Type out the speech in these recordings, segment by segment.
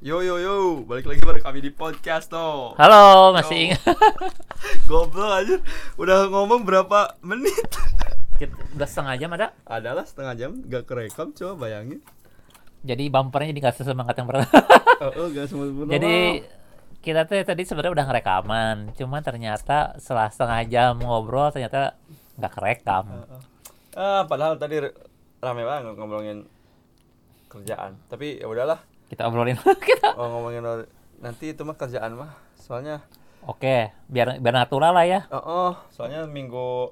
Yo, balik lagi bareng kami di podcast toh. Halo, masih ingat? Goblok aja. Udah ngomong berapa menit? Udah setengah jam ada. Adalah setengah jam gak kerekam, coba bayangin. Jadi bumpernya jadi nggak sesemangat yang pernah. Gak sempurna. Jadi kita tuh tadi sebenarnya udah ngerekaman, cuma ternyata setelah setengah jam ngobrol ternyata nggak kerekam. Padahal tadi rame banget ngomongin kerjaan. Tapi ya udahlah. Kita obrolin kita. Ngomongin nanti itu mah kerjaan mah. Soalnya Oke, biar natural lah ya. soalnya minggu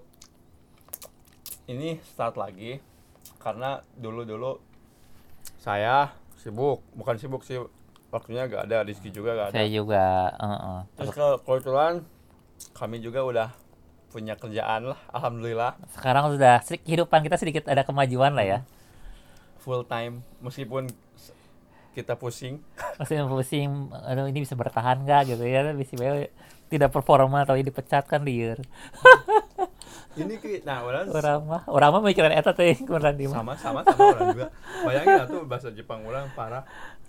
ini start lagi karena dulu saya bukan sibuk sih, waktunya gak ada, Rizky juga gak ada. Saya juga. Terus kebetulan kami juga udah punya kerjaan lah, alhamdulillah. Sekarang sudah kehidupan kita sedikit ada kemajuan lah ya. Full time, meskipun kita pusing. Masih pusing, aduh ini bisa bertahan nggak gitu ya, bisa tidak performa atau dipecat kan liar. Ini nah orang mah mikirin eta teh kurang di sama orang juga. Bayangin lah tuh bahasa Jepang orang parah.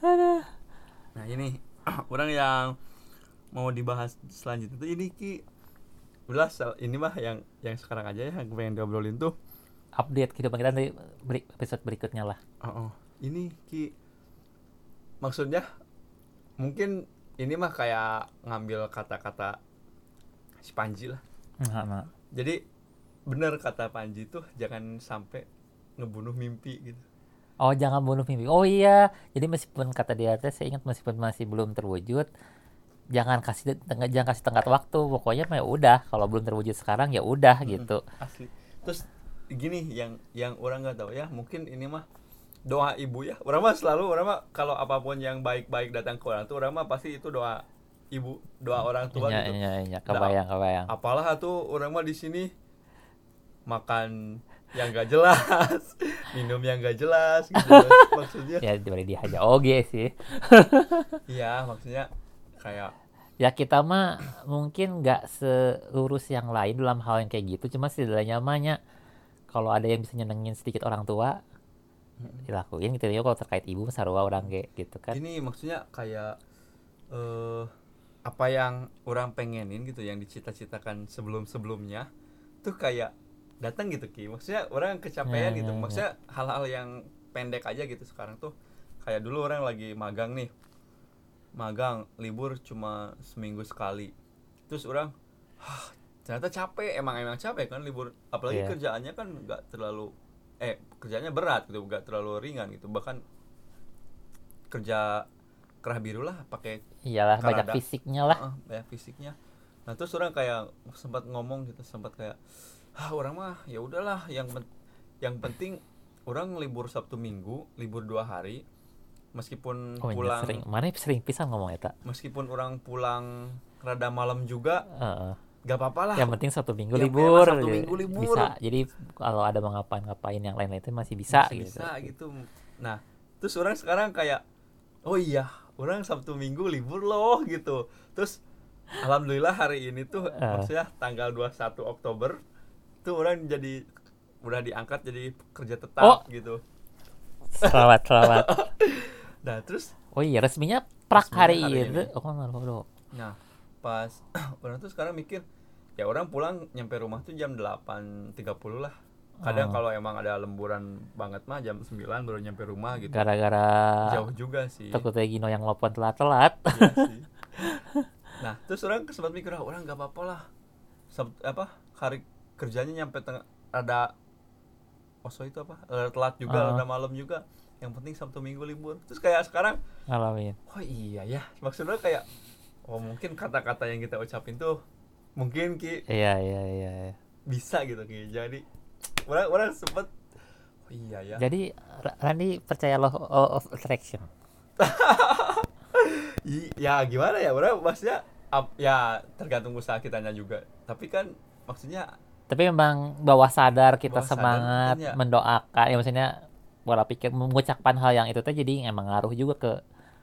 Nah ini orang yang mau dibahas selanjutnya tuh ini udah ini mah yang sekarang aja ya, yang pengen diobrolin tuh update kehidupan kita nanti episode berikutnya lah. Ini maksudnya mungkin ini mah kayak ngambil kata-kata si Panji lah. Jadi benar kata Panji tuh, jangan sampai ngebunuh mimpi gitu. Oh, jangan bunuh mimpi. Oh iya, jadi meskipun kata dia saya ingat meskipun masih belum terwujud, jangan kasih tenggat waktu. Pokoknya mah ya udah, kalau belum terwujud sekarang ya udah gitu. Asli. Terus gini yang orang nggak tahu ya, mungkin ini mah doa ibu ya. Orang mah kalau apapun yang baik-baik datang ke orang tuh, orang mah pasti itu doa ibu, doa orang tua gitu. Iya, kebayang. Apalah tuh orang mah di sini makan yang gak jelas, minum yang gak jelas gitu. Maksudnya ya diberi dia aja oge sih. Iya, maksudnya kayak ya kita mah mungkin nggak selurus yang lain dalam hal yang kayak gitu, cuma setidaknya mahnya kalau ada yang bisa nyenengin sedikit orang tua dilakuin gitu ya. Kalau terkait ibu sarua orang kayak gitu kan. Ini maksudnya kayak apa yang orang pengenin gitu, yang dicita-citakan sebelumnya tuh kayak datang gitu maksudnya orang kecapean gitu. Maksudnya hal-hal yang pendek aja gitu. Sekarang tuh kayak dulu orang lagi magang libur cuma seminggu sekali, terus orang ternyata capek, emang capek kan libur, apalagi kerjaannya kan nggak terlalu kerjanya berat gitu, nggak terlalu ringan gitu, bahkan kerja kerah biru lah, pakai iyalah banyak fisiknya lah. Banyak fisiknya. Nah terus orang kayak sempat ngomong gitu, kayak orang mah ya udahlah, yang penting orang libur Sabtu Minggu, libur 2 hari, meskipun pulang sering pisan ngomong eta. Meskipun orang pulang rada malam juga gak apa-apa lah. Yang penting Sabtu Minggu libur. Bisa. Jadi kalau ada mau ngapain yang lain-lain itu masih bisa gitu. Nah, terus orang sekarang kayak oh iya, orang Sabtu Minggu libur loh gitu. Terus alhamdulillah hari ini tuh maksudnya tanggal 21 Oktober tuh orang udah diangkat jadi kerja tetap gitu. Selamat. Nah, terus resminya hari ini. Nah, pas orang tuh sekarang mikir, ya orang pulang nyampe rumah tuh jam 8.30 lah. Kadang kalau emang ada lemburan banget mah jam 9 baru nyampe rumah gitu. Gara-gara jauh juga sih. Takutnya Gino yang nelfon telat. Iya sih. Nah, terus orang sempat mikir, orang enggak apa-apa lah. Hari kerjanya nyampe ada telat juga, ada malam juga. Yang penting Sabtu Minggu libur. Terus kayak sekarang ngalamin. Oh iya ya. Maksudnya kayak mungkin kata-kata yang kita ucapin tuh mungkin Iya. bisa gitu Jadi orang sempet iya ya. Jadi Randy percaya law of attraction. Ya gimana ya, orang maksudnya ya tergantung usaha kitanya juga. Tapi kan maksudnya memang bawah sadar kita semangat mendoakan ya, maksudnya pola pikir mengucapkan hal yang itu teh jadi emang ngaruh juga ke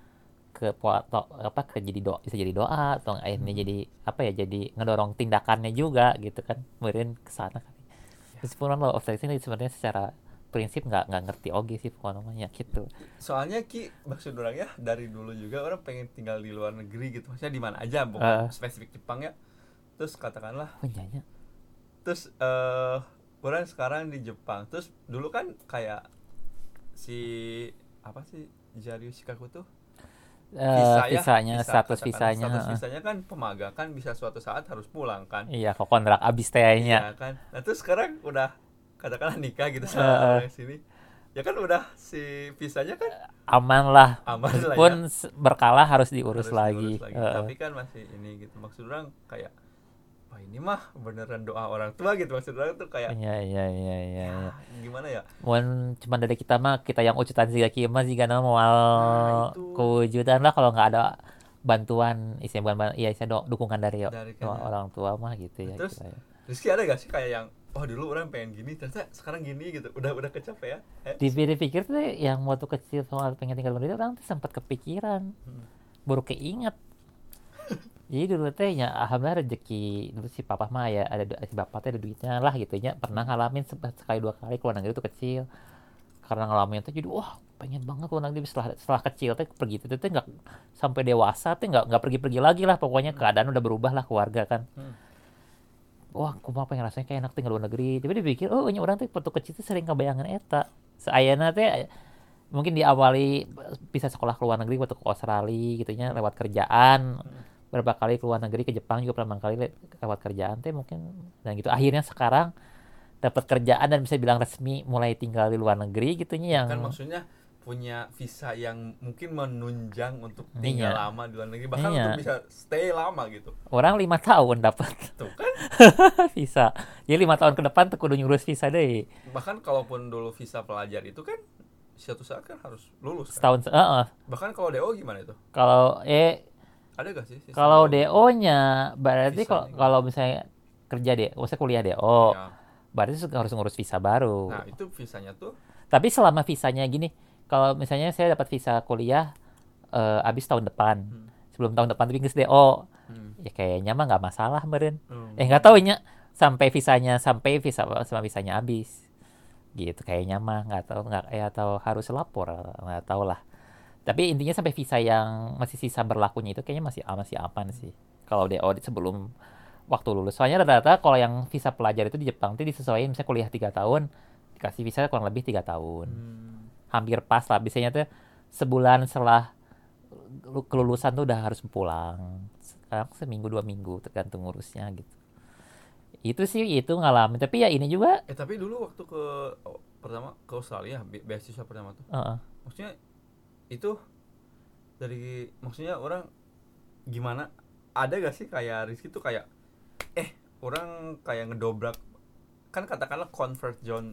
jadi doa, bisa jadi doa atau akhirnya jadi jadi ngedorong tindakannya juga gitu kan, kemudian kesana kan. Meskipun law of attraction sebenarnya secara prinsip nggak ngerti oge sih pokoknya gitu. Soalnya Ki, maksud orang ya dari dulu juga orang pengen tinggal di luar negeri gitu, maksudnya di mana aja, bukan spesifik Jepang ya. Terus katakanlah, Punyanya terus orang sekarang di Jepang, terus dulu kan kayak si apa sih Jari Shikaku tuh visanya, status katakanlah visanya, status visanya kan pemagang, kan bisa suatu saat harus pulang kan. iya kok kontrak abis tehnya. Iya kan. Nah terus sekarang udah katakanlah nikah gitu sama orang sini, ya kan udah si visanya kan Aman lah, aman lah meskipun ya, berkala harus diurus harus lagi. diurus lagi. Tapi kan masih ini gitu, maksud orang kayak wah ini mah beneran doa orang tua gitu, maksud orang tuh kayak Iya. ya, gimana ya. Mun cuma dari kita mah, kita yang ucutan siga kieu mah jigana moal Itu kewujudan lah kalau nggak ada bantuan, isinya bukan iya isinya dukungan dari dari kan ya. orang tua mah gitu ya. Terus Gitu ya. Rizky ada gak sih kayak yang oh dulu orang pengen gini ternyata sekarang gini gitu, udah kecapean Dipikir-pikir tuh yang waktu kecil soal pengen tinggal di orang tuh sempat kepikiran, baru keinget. Jadi dulu teh ya alhamdulillah rezeki dulu si papa mah ya ada si bapak teh ada duitnya lah gitu ya, pernah ngalamin sekali dua kali keluar negeri tuh kecil, karena ngalamin tuh jadi wah pengen banget keluar negeri. Setelah kecil teh pergi itu teh nggak sampai dewasa teh nggak pergi lagi lah, pokoknya keadaan udah berubah lah keluarga kan. Wah aku mah pengen rasanya kayak enak tinggal luar negeri, tapi dipikir oh ini orang tuh waktu kecil tuh sering kebayangan eta seayana teh mungkin diawali bisa sekolah ke luar negeri waktu ke Australia gitu nya lewat kerjaan, berapa kali ke luar negeri ke Jepang juga pernah kali lewat kerjaan teh mungkin, dan gitu akhirnya sekarang dapat kerjaan dan bisa bilang resmi mulai tinggal di luar negeri gitu nya yang kan maksudnya punya visa yang mungkin menunjang untuk tinggal lama di luar negeri, bahkan untuk bisa stay lama gitu. orang 5 tahun dapat Tuh kan visa, jadi 5 tahun ke depan tuh kudu ngurus visa deh. bahkan kalaupun dulu visa pelajar itu kan suatu saat kan harus lulus kan. Setahun Bahkan kalau DO gimana itu? kalau Ada gak sih? kalau DO-nya berarti Visanya kalau misalnya kerja deh, maksudnya kuliah DO, Ya. berarti harus ngurus visa baru. Nah itu visanya tuh Tapi selama visanya gini, kalau misalnya saya dapat visa kuliah abis tahun depan, sebelum tahun depan tapi nggak DO, ya kayaknya mah nggak masalah meren. Nggak tahu nya sampai visanya habis, gitu kayaknya mah nggak tahu atau harus lapor nggak tahu lah. Tapi intinya sampai visa yang masih sisa berlakunya itu kayaknya masih aman sih. Kalau DO sebelum waktu lulus. Soalnya rata-rata kalau yang visa pelajar itu di Jepang itu disesuaikan, misalnya kuliah 3 tahun, dikasih visa kurang lebih 3 tahun. Hampir pas lah. Biasanya tuh sebulan setelah kelulusan tuh udah harus pulang. Sekarang seminggu 2 minggu tergantung ngurusnya gitu. Itu sih itu ngalamin. Tapi ya ini juga. Tapi dulu waktu pertama ke Australia, beasiswa pertama tuh. Maksudnya itu maksudnya orang gimana? Ada gak sih kayak Rizky tuh kayak orang kayak ngedobrak, kan katakanlah comfort zone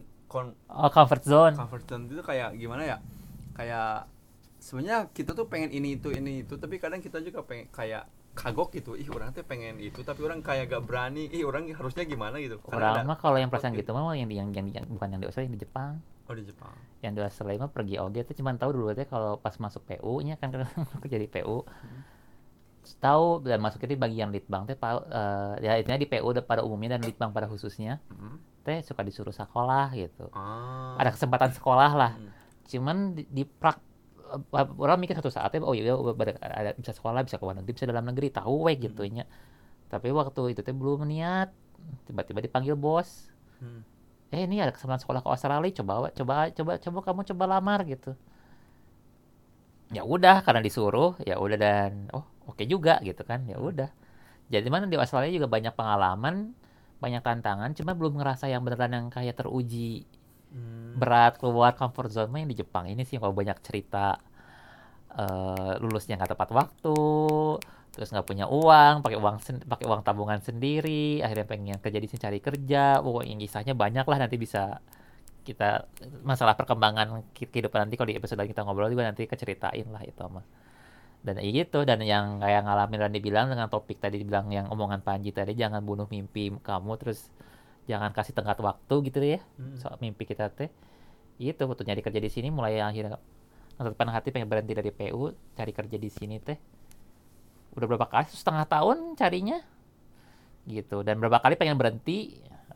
itu kayak gimana ya, kayak sebenarnya kita tuh pengen ini itu tapi kadang kita juga pengen kayak kagok gitu, orang tuh pengen itu tapi orang kayak gak berani, orang harusnya gimana gitu. Orang mah kalau yang perasaan gitu mah yang bukan yang di Australia, yang di Jepang. Di Jepang. Yang di Australia mah pergi oge tuh cuman tahu dulu teh kalau pas masuk PU nya kan kerja di PU. Tahu dan masuk itu bagian litbang teh ya intinya di PU pada umumnya dan litbang pada khususnya. Teh suka disuruh sekolah gitu. Ada kesempatan sekolah lah. Cuman di orang mikir satu saatnya oh iya ada bisa sekolah, bisa ke luar negeri, bisa dalam negeri, tahu gitu nya. Tapi waktu itu teh belum niat, tiba-tiba dipanggil bos. Ini ada kesempatan sekolah ke Australia, coba kamu coba lamar gitu. Ya udah karena disuruh, ya udah dan oke juga gitu kan. Ya udah. Jadi mana di Australia juga banyak pengalaman, banyak tantangan, cuma belum ngerasa yang beneran yang kayak teruji. Berat keluar comfort zone yang di Jepang ini sih kalau banyak cerita lulusnya nggak tepat waktu, terus nggak punya uang, pakai uang tabungan sendiri, akhirnya pengen kerja di sini cari kerja, yang kisahnya banyak lah, nanti bisa kita masalah perkembangan kehidupan nanti kalau di episode kita ngobrol juga nanti keceritain lah itu mah. Dan gitu, dan yang kayak ngalamin Randy bilang dengan topik tadi bilang yang omongan Panji tadi, jangan bunuh mimpi kamu, terus jangan kasih tenggat waktu gitu ya soal mimpi kita teh. Itu waktu nyari kerja di sini mulai akhirnya menetapkan hati pengen berhenti dari PU cari kerja di sini teh udah berapa kali, 1,5 tahun carinya gitu, dan berapa kali pengen berhenti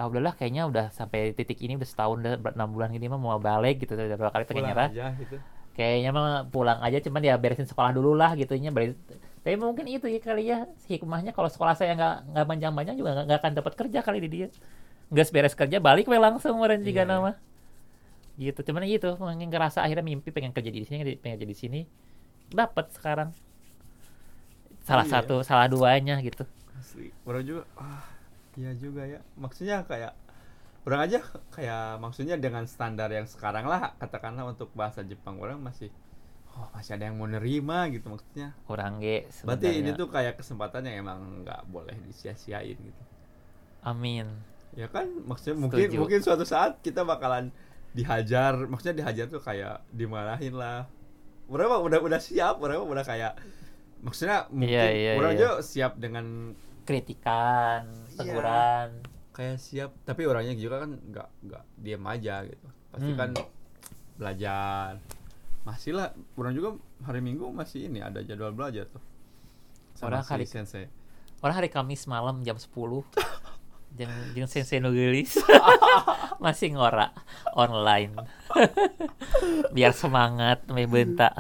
udahlah kayaknya udah sampai titik ini udah setahun udah 6 bulan gini mah mau balik gitu, udah berapa kali pengen Pulang nyerah. aja gitu. Kayaknya mah pulang aja, cuman ya beresin sekolah dulu lah gitunya. Tapi mungkin itu ya kali ya hikmahnya, kalau sekolah saya nggak panjang-panjang juga nggak akan dapat kerja kali di dia. Nggak beres kerja balik we langsung meren juga Iya. nama. Gitu. Cuman gitu, mungkin ngerasa akhirnya mimpi pengen kerja di sini, pengen kerja di sini. Dapat sekarang. Salah Iya, satu, salah duanya gitu. Asli. Orang juga iya juga ya. Maksudnya kayak orang aja kayak maksudnya dengan standar yang sekarang lah, katakanlah untuk bahasa Jepang orang masih masih ada yang mau nerima gitu maksudnya. Kurang ge Berarti ini sebenarnya. tuh kayak kesempatan yang emang nggak boleh disia-siain gitu. Amin. Ya kan, maksudnya Setuju. mungkin suatu saat kita bakalan dihajar, maksudnya dihajar tuh kayak dimarahin lah. Orang mah udah siap, orang mah udah kayak maksudnya mungkin Iya, orang iya. aja siap dengan Kritikan, teguran. kayak siap, tapi orangnya juga kan nggak diam aja gitu, pasti kan belajar. Masih lah, orang juga hari Minggu masih ini ada jadwal belajar tuh sama Orang hari- sensei. Orang hari Kamis malam jam 10 jeung sensei nu geulis masih ngora online. Biar semangat me beunta.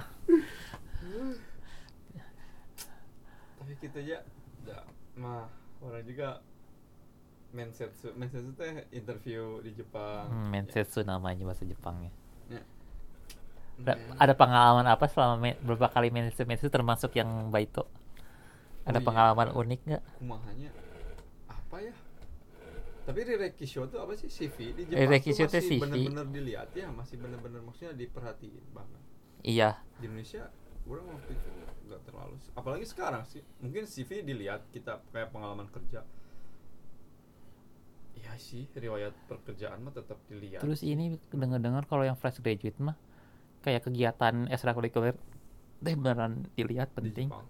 Tapi kita aja mah orang juga mensetsu teh interview di Jepang. Mensetsu namanya bahasa Jepangnya. Ya. Ada pengalaman apa selama beberapa kali mensetsu termasuk yang Baito? Ada iya. pengalaman unik nggak? Kumahanya apa ya? Tapi Rirekisho tuh apa sih, CV di Jepang Rirekisho tuh tuh masih CV. bener-bener dilihat ya, masih bener-bener maksudnya diperhatiin banget. Iya. Di Indonesia orang waktu itu nggak terlalu, apalagi sekarang sih mungkin CV dilihat kita kayak pengalaman kerja. Iya sih, riwayat pekerjaan mah tetap dilihat. Terus ini dengar-dengar kalau yang fresh graduate mah kayak kegiatan ekstrakurikuler deh beneran dilihat Di penting. Jepang.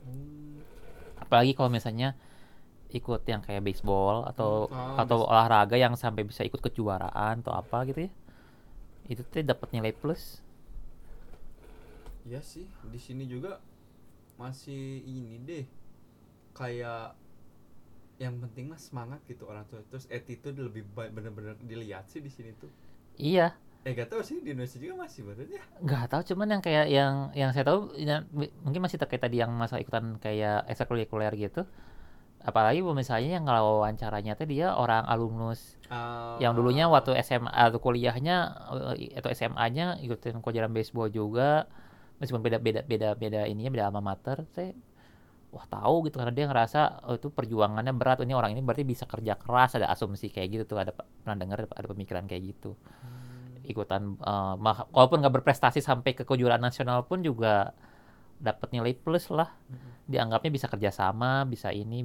Apalagi kalau misalnya ikut yang kayak baseball atau baseball. olahraga yang sampai bisa ikut kejuaraan atau apa gitu ya. Itu tuh dapat nilai plus. Iya sih, di sini juga masih ini deh, kayak yang penting mah semangat gitu orang tua, terus attitude lebih baik, bener-bener dilihat sih di sini tuh. Iya, Gak tau sih di Indonesia juga masih bener ya. nggak tahu, cuman yang kayak yang saya tahu mungkin masih terkait tadi yang masa ikutan kayak ekstrakurikuler gitu. Apalagi misalnya yang kalau wawancaranya tuh dia orang alumnus yang dulunya waktu SMA atau kuliahnya atau SMA-nya ikutin kejuaraan baseball juga, meskipun beda ininya, beda alma mater. Saya wah tahu gitu, karena dia ngerasa itu perjuangannya berat, ini orang ini berarti bisa kerja keras, ada asumsi kayak gitu tuh, ada pernah dengar ada pemikiran kayak gitu. Ikutan walaupun nggak berprestasi sampai ke kejuaraan nasional pun juga dapat nilai plus lah. Dianggapnya bisa kerjasama, bisa ini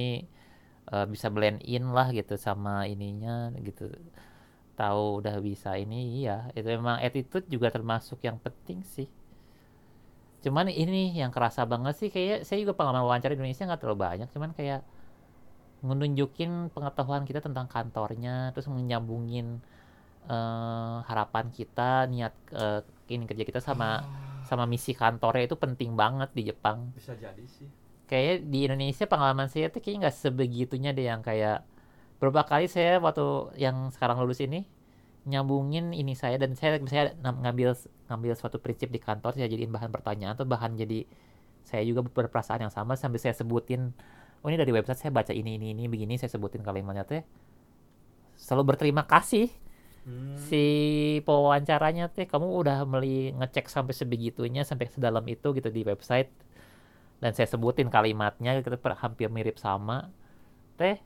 bisa blend in lah gitu sama ininya gitu. Tahu udah bisa ini, iya itu memang attitude juga termasuk yang penting sih. Cuman ini yang kerasa banget sih, kayak saya juga pengalaman wawancara di Indonesia nggak terlalu banyak, cuman kayak nunjukin pengetahuan kita tentang kantornya, terus menyambungin harapan kita, niat ini kerja kita sama misi kantornya itu penting banget di Jepang. Bisa jadi sih. Kayak di Indonesia pengalaman saya tuh kayaknya nggak sebegitunya deh, yang kayak beberapa kali saya waktu yang sekarang lulus ini nyambungin ini saya ngambil suatu prinsip di kantor, saya jadiin bahan pertanyaan atau bahan, jadi saya juga berperasaan yang sama sambil saya sebutin, oh ini dari website saya baca ini begini, saya sebutin kalimatnya teh, selalu berterima kasih si pewawancaranya teh, kamu udah ngecek sampai sebegitunya, sampai sedalam itu gitu di website, dan saya sebutin kalimatnya gitu, hampir mirip sama teh.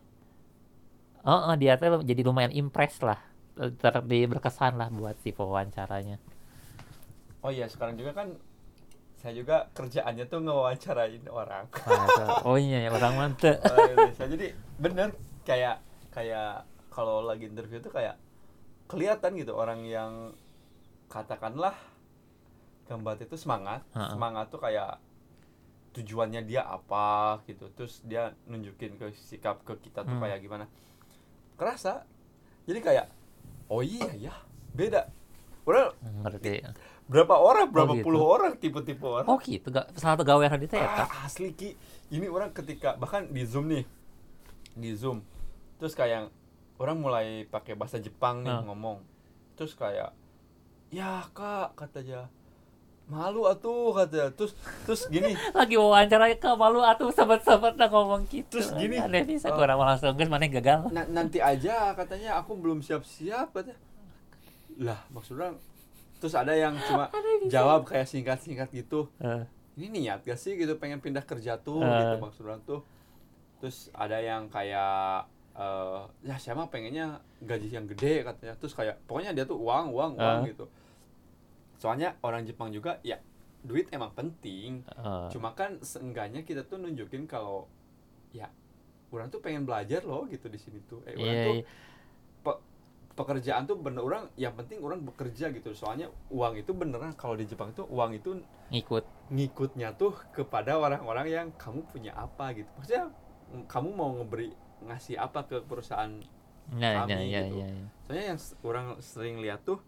Dia teh jadi lumayan impress lah, berkesan lah buat si pewawancaranya. Oh iya, sekarang juga kan saya juga kerjaannya tuh ngewawancarain orang. Oh iya ya, orang mantep. Jadi bener kayak kalau lagi interview tuh kayak kelihatan gitu orang yang katakanlah gambar itu semangat tuh kayak tujuannya dia apa gitu, terus dia nunjukin ke sikap ke kita tuh kayak gimana, kerasa. Jadi kayak oh iya ya, beda. Udah Ngerti. berapa gitu. puluh orang, tipe-tipe orang. Oh gitu, salah satu gawean di teh eta. Asli Ki, ini orang ketika bahkan di Zoom, terus kayak orang mulai pakai bahasa Jepang nih Ah. ngomong. Terus kayak, ya kak, katanya, malu atuh katanya. Terus gini, Lagi wawancara Kak, malu atuh sahabat-sahabat ngomong gitu. Terus gini, Aneh bisa kurang langsung guys, mana gagal. nanti aja katanya, aku belum siap-siap katanya. Lah maksudnya, terus ada yang cuma jawab kayak singkat-singkat gitu. Ini niat gak sih gitu pengen pindah kerja tuh gitu maksudnya tuh. Terus ada yang kayak ya saya mah pengennya gaji yang gede katanya. Terus kayak pokoknya dia tuh uang gitu. Soalnya orang Jepang juga ya duit emang penting. Cuma kan seenggaknya kita tuh nunjukin kalau ya orang tuh pengen belajar loh gitu di sini tuh. Orang tuh pekerjaan tuh bener, orang yang penting orang bekerja gitu. Soalnya uang itu beneran kalau di Jepang tuh uang itu ngikutnya tuh kepada orang-orang yang kamu punya apa gitu. Maksudnya kamu mau ngasih apa ke perusahaan kami gitu. Soalnya yang orang sering lihat tuh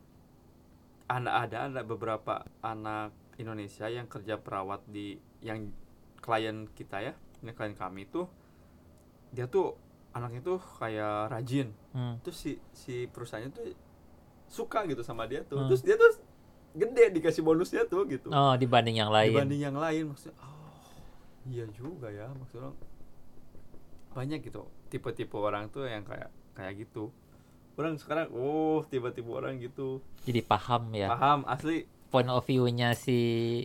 ada beberapa anak Indonesia yang kerja perawat di yang klien kita ya, ini klien kami tuh dia tuh anaknya tuh kayak rajin. Terus si perusahaannya tuh suka gitu sama dia tuh. Terus dia tuh gede dikasih bonusnya tuh gitu. Dibanding yang lain. Maksudnya iya juga ya, maksudnya banyak gitu tipe-tipe orang tuh yang kayak gitu. Orang sekarang tiba-tiba orang gitu. Jadi paham ya. Paham asli point of view-nya si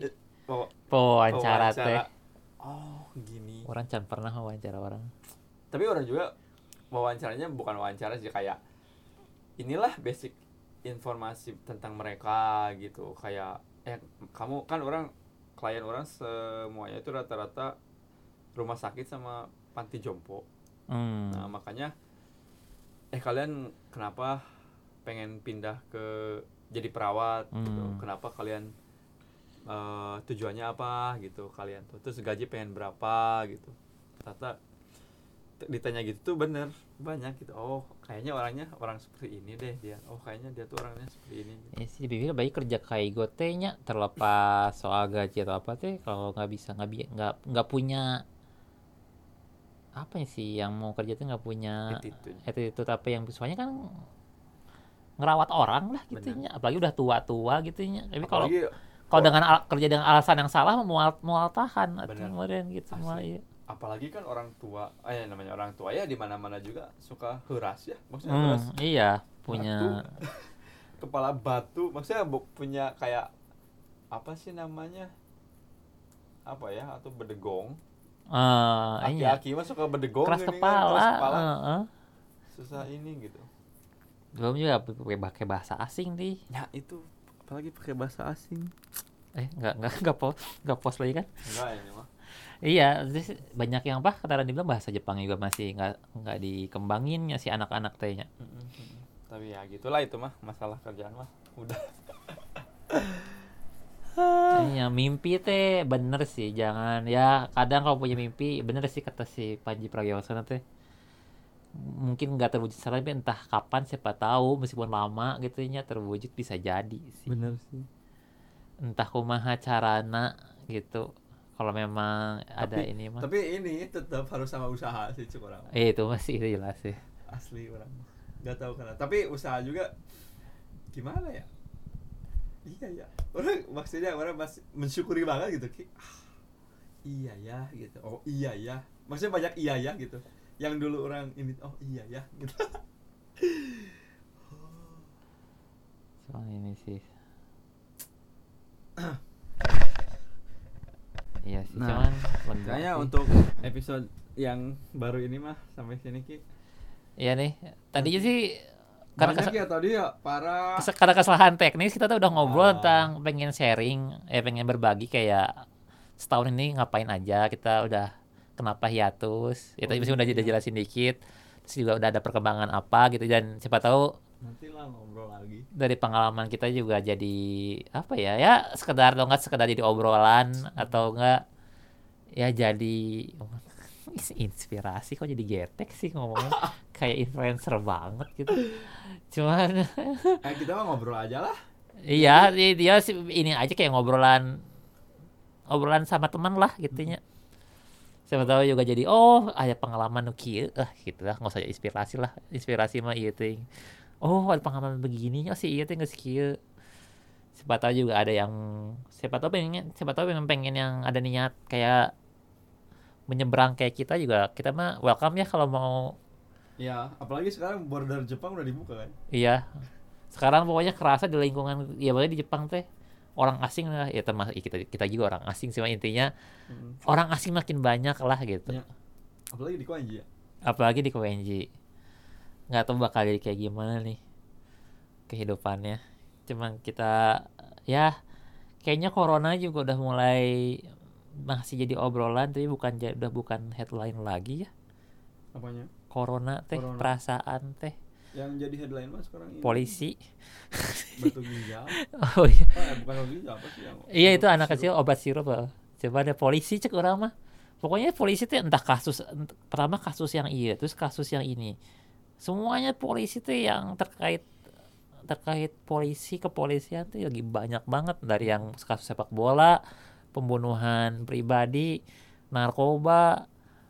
pewawancara teh. Oh, gini. Orang can pernah wawancara orang. Tapi orang juga wawancaranya bukan wawancara sih, kayak inilah basic informasi tentang mereka gitu. Kayak kamu kan klien orang semuanya itu rata-rata rumah sakit sama panti jompo. Nah, makanya kalian kenapa pengen pindah ke jadi perawat gitu? Kenapa kalian tujuannya apa gitu kalian tuh? Terus gaji pengen berapa gitu? Ternyata ditanya gitu tuh bener banyak gitu. Oh, kayaknya orang seperti ini deh dia. Oh, kayaknya dia tuh orangnya seperti ini. Sih bibir baik kerja kayak gotenya terlepas soal gaji atau apa teh, kalau nggak punya apa sih yang mau kerja tuh nggak punya attitude apa yang soalnya kan ngerawat orang lah gitunya, apalagi udah tua gitu-nya. Tapi kalau kerja dengan alasan yang salah mual tahan atau kemudian gitu mah ya. Apalagi kan orang tua, namanya orang tua ya di mana-mana juga suka heras ya, maksudnya heras. Iya, punya kepala batu, maksudnya punya kayak apa sih namanya? Apa ya? Atau bedegong. Aki-aki mah suka bedegong, keras kepala. Susah ini gitu. Belum juga pakai bahasa asing nih. Ya itu, apalagi pakai bahasa asing. Enggak post lagi kan? Enggak ini mah. Iya, banyak yang kata Randy bilang bahasa Jepang juga masih nggak dikembangin ya si anak-anak tehnya. Tapi ya gitulah itu mah masalah kerjaan mah udah. Iya, mimpi teh bener sih, jangan ya kadang kalau punya mimpi bener sih kata si Panji Pragiwaksono teh. Mungkin nggak terwujud sekarang, tapi entah kapan siapa tahu meskipun lama gitunya terwujud bisa jadi sih. Bener sih. Entah kumaha carana gitu. Kalau memang ada ini mah. Tapi ini tetap harus sama usaha sih cuk orang. Itu masih jelas sih. Asli orang. Enggak tahu kenapa. Tapi usaha juga gimana ya? Iya ya. Orang masih mensyukuri banget gitu. Iya ya gitu. Oh iya ya. Maksudnya banyak iya ya gitu. Yang dulu orang ini iya ya gitu. Soal ini sih. Iya sih, cuman kayaknya untuk episode yang baru ini mah sampai sini Ki. Iya nih. Tadinya sih karena kesalahan teknis kita tuh udah ngobrol tentang pengen sharing, pengen berbagi kayak setahun ini ngapain aja, kita udah kenapa hiatus. Itu udah jelasin dikit. Terus juga udah ada perkembangan apa gitu, dan siapa tahu nantilah ngobrol lagi. Dari pengalaman kita juga jadi apa ya sekedar atau enggak sekedar jadi obrolan atau enggak ya jadi inspirasi. Kok jadi getek sih ngomongnya kayak influencer banget gitu. Cuman kita mah ngobrol aja lah. Iya, dia ini aja kayak ngobrolan sama teman lah gitunya. Siapa tahu juga jadi oh ada pengalaman nu kieu gitu lah, nggak usah inspirasi lah, inspirasi mah ieu teh. Oh ada pengalaman begini oh si ieu teh geus kieu. Siapa tahu juga ada yang siapa tahu pengen yang ada niat kayak menyeberang kayak kita juga, kita mah welcome ya kalau mau. Ya, apalagi sekarang border Jepang udah dibuka kan. Iya, sekarang pokoknya kerasa di lingkungan ya boleh di Jepang teh orang asing lah ya, termasuk kita kita juga orang asing sih intinya. Orang asing makin banyak lah gitu Ya. Apalagi di Koenji ya. apalagi di Koenji. Nggak tahu bakal jadi kayak gimana nih kehidupannya, cuman kita ya kayaknya corona juga udah mulai masih jadi obrolan tapi udah bukan headline lagi ya. Apanya? Corona teh Corona. perasaan teh Yang jadi headline mah sekarang ini polisi. batu ginjal. Oh iya. Bukan batu ginjal apa sih yang Iya itu anak sirup. kecil obat sirup. Coba ada polisi cek orang mah. Pokoknya polisi tuh entah kasus pertama kasus yang iya, terus kasus yang ini. Semuanya polisi tuh yang terkait polisi kepolisian tuh lagi banyak banget, dari yang kasus sepak bola, pembunuhan pribadi, narkoba.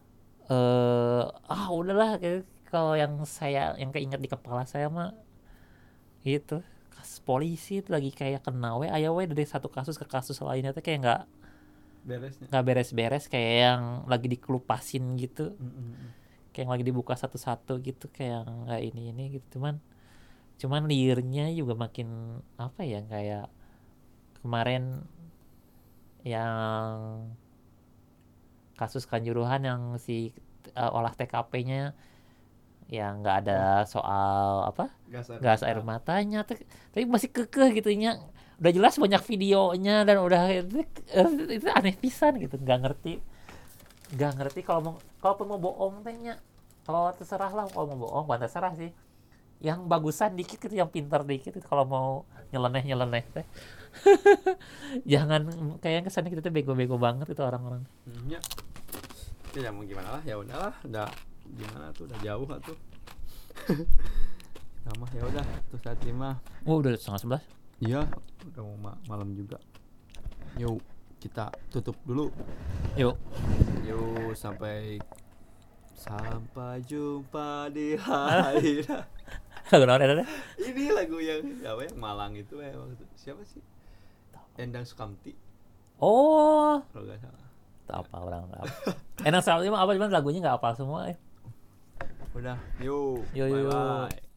Udahlah kalau yang keinget di kepala saya mah itu kasus polisi itu lagi kayak kena ayo dari satu kasus ke kasus lainnya tuh kayak nggak beres-beres, kayak yang lagi dikelupasin gitu, kayak yang lagi dibuka satu-satu gitu, kayak nggak ini gitu. Cuman liarnya juga makin apa ya, kayak kemarin yang kasus Kanjuruhan yang si olah TKP-nya yang nggak ada soal apa gas air matanya, tapi masih kekeh gitu nya. Udah jelas banyak videonya dan udah itu aneh pisan gitu, nggak ngerti kalau mau bohong tehnya, kalau terserah lah kalau mau bohong, bukan terserah sih, yang bagusan dikit gitu, yang pintar dikit gitu, kalau mau nyeleneh teh. Jangan kayak kesannya kita tuh bego-bego banget itu orang-orang. Ya mau gimana lah, ya udahlah, udah gimana tuh, udah jauh tuh. Nama ya udah tuh saat 5. Udah 10:30. Iya, udah mau malam juga. Yuk, kita tutup dulu. Yuk, sampai jumpa di hari. lagu naon ada? Ini lagu yang apa yang Malang itu waktu siapa sih? Endang Sukamti. Oh, Kalau nggak salah. tak apa orang apa. Enak sekali mah apa, cuman lagunya nggak apa semua. Udah, yuk. Yo. Bye.